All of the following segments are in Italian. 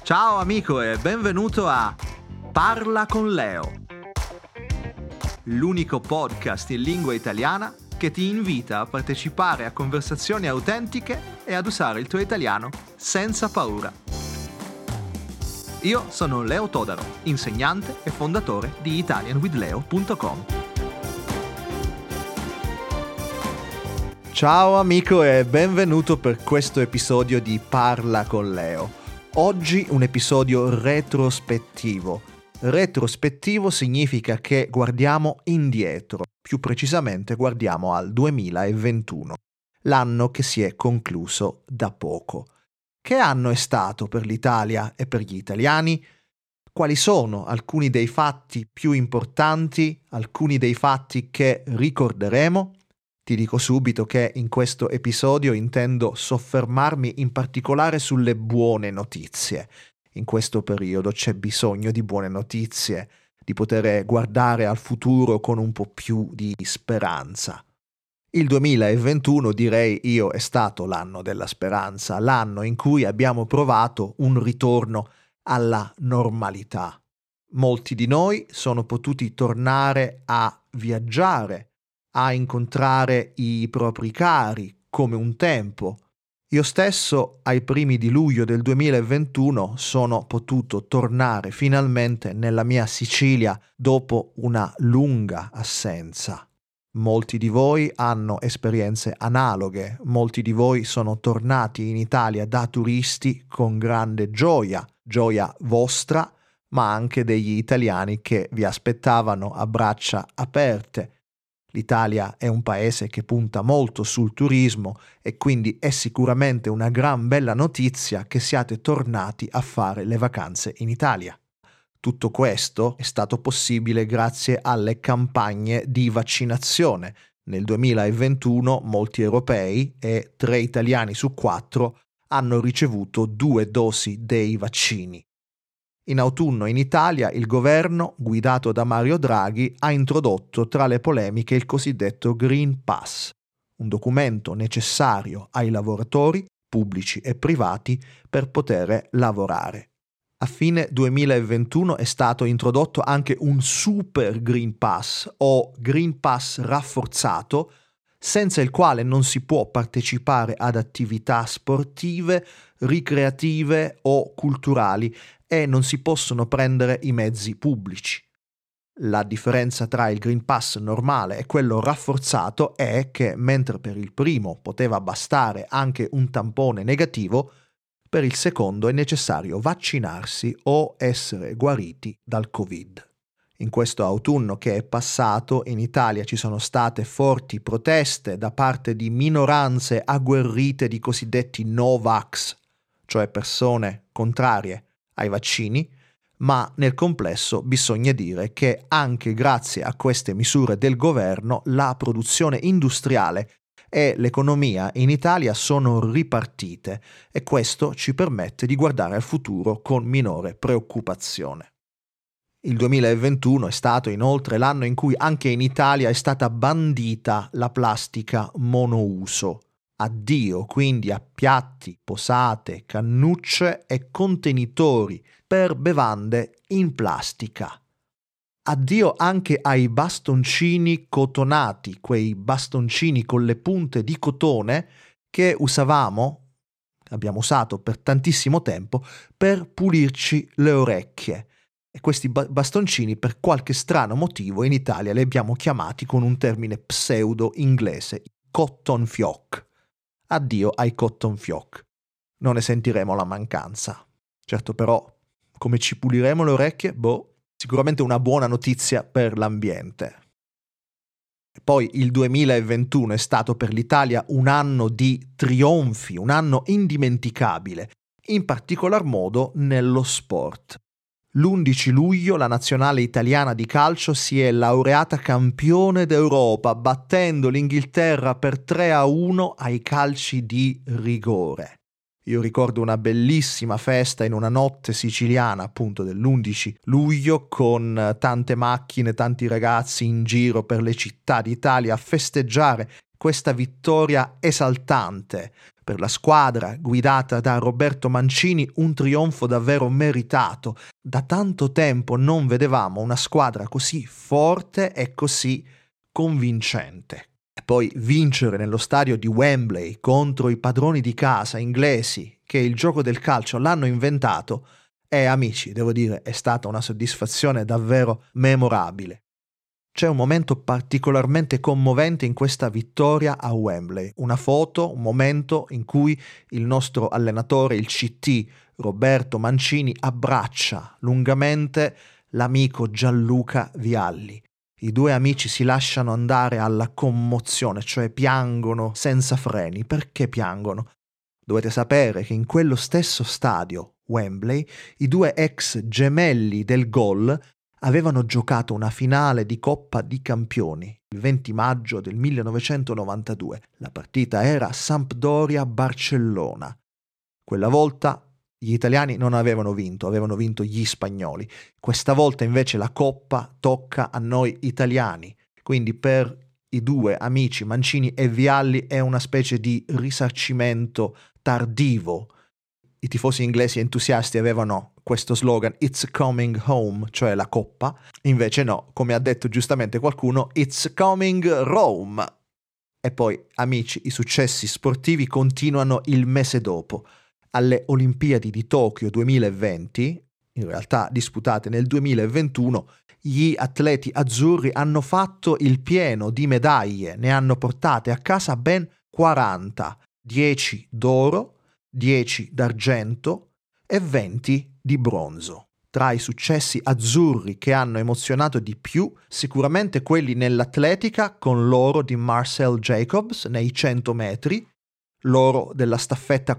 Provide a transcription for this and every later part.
Ciao amico e benvenuto a Parla con Leo, l'unico podcast in lingua italiana che ti invita a partecipare a conversazioni autentiche e ad usare il tuo italiano senza paura. Io sono Leo Todaro, insegnante e fondatore di italianwithleo.com. Ciao amico e benvenuto per questo episodio di Parla con Leo. Oggi un episodio retrospettivo. Retrospettivo significa che guardiamo indietro, più precisamente guardiamo al 2021, l'anno che si è concluso da poco. Che anno è stato per l'Italia e per gli italiani? Quali sono alcuni dei fatti più importanti, alcuni dei fatti che ricorderemo? Ti dico subito che in questo episodio intendo soffermarmi in particolare sulle buone notizie. In questo periodo c'è bisogno di buone notizie, di poter guardare al futuro con un po' più di speranza. Il 2021, direi io, è stato l'anno della speranza, l'anno in cui abbiamo provato un ritorno alla normalità. Molti di noi sono potuti tornare a viaggiare, a incontrare i propri cari come un tempo. Io stesso ai primi di luglio del 2021 sono potuto tornare finalmente nella mia Sicilia dopo una lunga assenza. Molti di voi hanno esperienze analoghe, molti di voi sono tornati in Italia da turisti con grande gioia vostra, ma anche degli italiani che vi aspettavano a braccia aperte. L'Italia è un paese che punta molto sul turismo e quindi è sicuramente una gran bella notizia che siate tornati a fare le vacanze in Italia. Tutto questo è stato possibile grazie alle campagne di vaccinazione. Nel 2021 molti europei e 3 italiani su 4 hanno ricevuto 2 dosi dei vaccini. In autunno in Italia il governo, guidato da Mario Draghi, ha introdotto tra le polemiche il cosiddetto Green Pass, un documento necessario ai lavoratori, pubblici e privati, per poter lavorare. A fine 2021 è stato introdotto anche un Super Green Pass o Green Pass rafforzato, senza il quale non si può partecipare ad attività sportive, ricreative o culturali e non si possono prendere i mezzi pubblici. La differenza tra il Green Pass normale e quello rafforzato è che mentre per il primo poteva bastare anche un tampone negativo, per il secondo è necessario vaccinarsi o essere guariti dal Covid. In questo autunno che è passato in Italia ci sono state forti proteste da parte di minoranze agguerrite di cosiddetti no-vax, cioè persone contrarie ai vaccini, ma nel complesso bisogna dire che anche grazie a queste misure del governo la produzione industriale e l'economia in Italia sono ripartite e questo ci permette di guardare al futuro con minore preoccupazione. Il 2021 è stato inoltre l'anno in cui anche in Italia è stata bandita la plastica monouso. Addio quindi a piatti, posate, cannucce e contenitori per bevande in plastica. Addio anche ai bastoncini cotonati, quei bastoncini con le punte di cotone che abbiamo usato per tantissimo tempo per pulirci le orecchie. E questi bastoncini per qualche strano motivo in Italia li abbiamo chiamati con un termine pseudo inglese, cotton fioc. Addio ai cotton fioc. Non ne sentiremo la mancanza. Certo però, come ci puliremo le orecchie? Sicuramente una buona notizia per l'ambiente. E poi il 2021 è stato per l'Italia un anno di trionfi, un anno indimenticabile, in particolar modo nello sport. L'11 luglio la nazionale italiana di calcio si è laureata campione d'Europa, battendo l'Inghilterra per 3-1 ai calci di rigore. Io ricordo una bellissima festa in una notte siciliana, appunto dell'11 luglio, con tante macchine, tanti ragazzi in giro per le città d'Italia a festeggiare questa vittoria esaltante per la squadra guidata da Roberto Mancini, un trionfo davvero meritato. Da tanto tempo non vedevamo una squadra così forte e così convincente. E poi vincere nello stadio di Wembley contro i padroni di casa inglesi che il gioco del calcio l'hanno inventato, amici, devo dire, è stata una soddisfazione davvero memorabile. C'è un momento particolarmente commovente in questa vittoria a Wembley, una foto, un momento in cui il nostro allenatore, il CT, Roberto Mancini, abbraccia lungamente l'amico Gianluca Vialli. I due amici si lasciano andare alla commozione, cioè piangono senza freni. Perché piangono? Dovete sapere che in quello stesso stadio, Wembley, i due ex gemelli del gol avevano giocato una finale di Coppa di Campioni il 20 maggio del 1992. La partita era Sampdoria-Barcellona. Quella volta gli italiani non avevano vinto gli spagnoli. Questa volta invece la Coppa tocca a noi italiani. Quindi per i due amici Mancini e Vialli è una specie di risarcimento tardivo. I tifosi inglesi entusiasti avevano questo slogan "It's coming home", cioè la Coppa. Invece no, come ha detto giustamente qualcuno, "It's coming Rome". E poi, amici, i successi sportivi continuano il mese dopo. Alle Olimpiadi di Tokyo 2020, in realtà disputate nel 2021, gli atleti azzurri hanno fatto il pieno di medaglie, ne hanno portate a casa ben 40, 10 d'oro, 10 d'argento e 20 di bronzo. Tra i successi azzurri che hanno emozionato di più, sicuramente quelli nell'atletica con l'oro di Marcel Jacobs nei 100 metri, l'oro della staffetta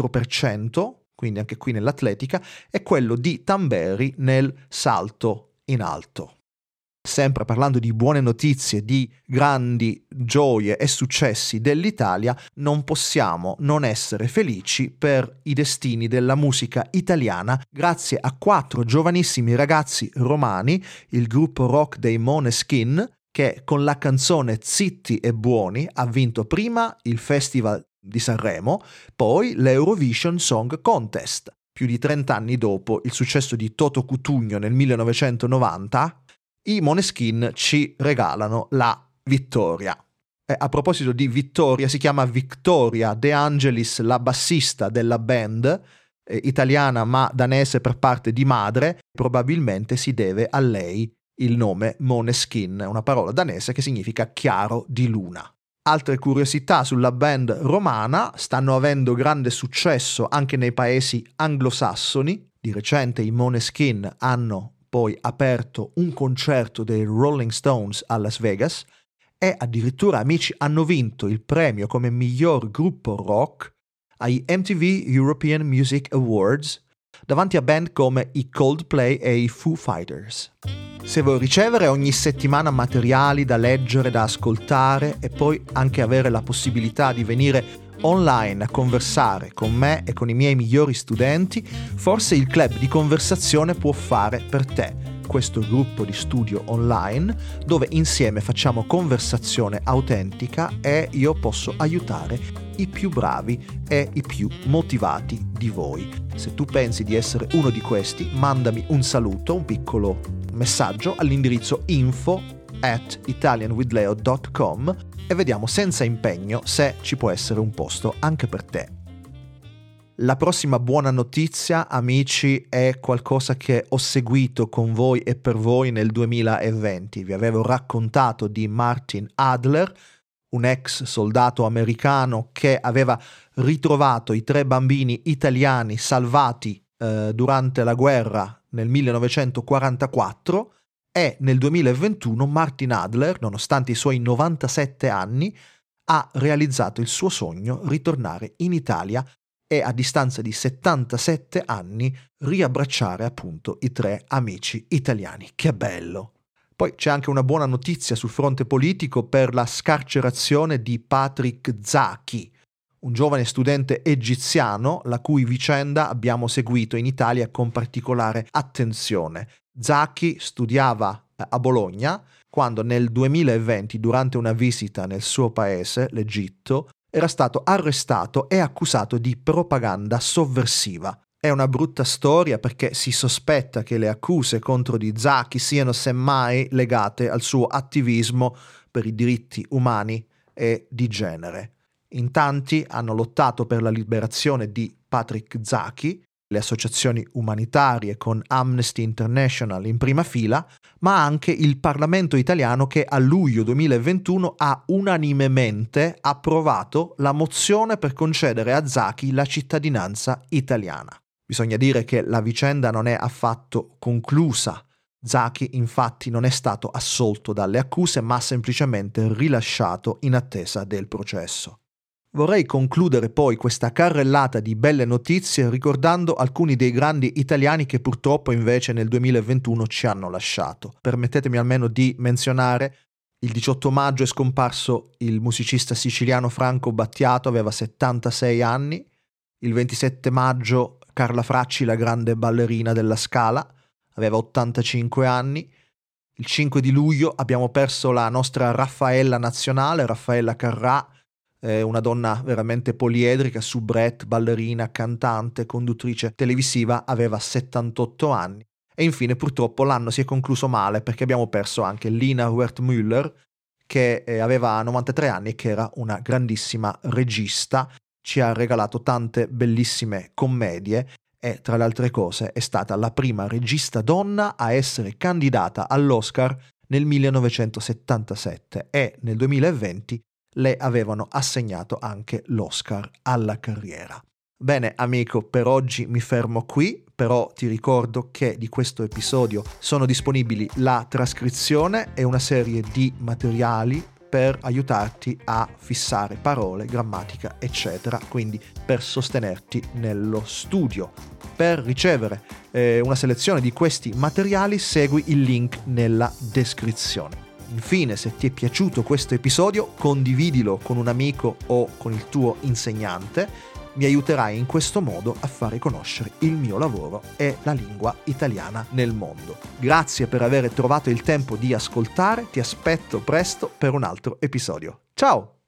4%, quindi anche qui nell'atletica, e quello di Tamberi nel salto in alto. Sempre parlando di buone notizie, di grandi gioie e successi dell'Italia, non possiamo non essere felici per i destini della musica italiana grazie a 4 giovanissimi ragazzi romani, il gruppo rock dei Måneskin, che con la canzone Zitti e Buoni ha vinto prima il Festival di Sanremo, poi l'Eurovision Song Contest. Più di 30 anni dopo il successo di Toto Cutugno nel 1990, i Måneskin ci regalano la vittoria. E a proposito di vittoria, si chiama Victoria De Angelis, la bassista della band, italiana ma danese per parte di madre. Probabilmente si deve a lei il nome Måneskin, una parola danese che significa chiaro di luna. Altre curiosità sulla band romana: stanno avendo grande successo anche nei paesi anglosassoni. Di recente i Måneskin hanno poi aperto un concerto dei Rolling Stones a Las Vegas e addirittura, amici, hanno vinto il premio come miglior gruppo rock ai MTV European Music Awards davanti a band come i Coldplay e i Foo Fighters. Se vuoi ricevere ogni settimana materiali da leggere, da ascoltare e poi anche avere la possibilità di venire online a conversare con me e con i miei migliori studenti, forse il club di conversazione può fare per te. Questo gruppo di studio online dove insieme facciamo conversazione autentica e io posso aiutare i più bravi e i più motivati di voi. Se tu pensi di essere uno di questi, mandami un saluto, un piccolo messaggio all'indirizzo info@italianwithleo.com e vediamo senza impegno se ci può essere un posto anche per te. La prossima buona notizia, amici, è qualcosa che ho seguito con voi e per voi nel 2020. Vi avevo raccontato di Martin Adler, un ex soldato americano che aveva ritrovato i 3 bambini italiani salvati durante la guerra nel 1944. E nel 2021 Martin Adler, nonostante i suoi 97 anni, ha realizzato il suo sogno: ritornare in Italia e a distanza di 77 anni riabbracciare appunto i 3 amici italiani. Che bello! Poi c'è anche una buona notizia sul fronte politico per la scarcerazione di Patrick Zaki, un giovane studente egiziano la cui vicenda abbiamo seguito in Italia con particolare attenzione. Zaki studiava a Bologna quando nel 2020, durante una visita nel suo paese, l'Egitto, era stato arrestato e accusato di propaganda sovversiva. È una brutta storia perché si sospetta che le accuse contro di Zaki siano semmai legate al suo attivismo per i diritti umani e di genere. In tanti hanno lottato per la liberazione di Patrick Zaki, le associazioni umanitarie con Amnesty International in prima fila, ma anche il Parlamento italiano che a luglio 2021 ha unanimemente approvato la mozione per concedere a Zaki la cittadinanza italiana. Bisogna dire che la vicenda non è affatto conclusa. Zaki infatti non è stato assolto dalle accuse, ma semplicemente rilasciato in attesa del processo. Vorrei concludere poi questa carrellata di belle notizie ricordando alcuni dei grandi italiani che purtroppo invece nel 2021 ci hanno lasciato. Permettetemi almeno di menzionare: il 18 maggio è scomparso il musicista siciliano Franco Battiato, aveva 76 anni. Il 27 maggio Carla Fracci, la grande ballerina della Scala, aveva 85 anni. Il 5 di luglio abbiamo perso la nostra Raffaella nazionale, Raffaella Carrà, una donna veramente poliedrica, soubrette, ballerina, cantante, conduttrice televisiva, aveva 78 anni. E infine purtroppo l'anno si è concluso male perché abbiamo perso anche Lina Wertmüller, che aveva 93 anni e che era una grandissima regista, ci ha regalato tante bellissime commedie e tra le altre cose è stata la prima regista donna a essere candidata all'Oscar nel 1977 e nel 2020 le avevano assegnato anche l'Oscar alla carriera. Bene amico, per oggi mi fermo qui, però ti ricordo che di questo episodio sono disponibili la trascrizione e una serie di materiali per aiutarti a fissare parole, grammatica, eccetera, quindi per sostenerti nello studio. Per ricevere una selezione di questi materiali segui il link nella descrizione. Infine, se ti è piaciuto questo episodio, condividilo con un amico o con il tuo insegnante. Mi aiuterai in questo modo a fare conoscere il mio lavoro e la lingua italiana nel mondo. Grazie per aver trovato il tempo di ascoltare, ti aspetto presto per un altro episodio. Ciao!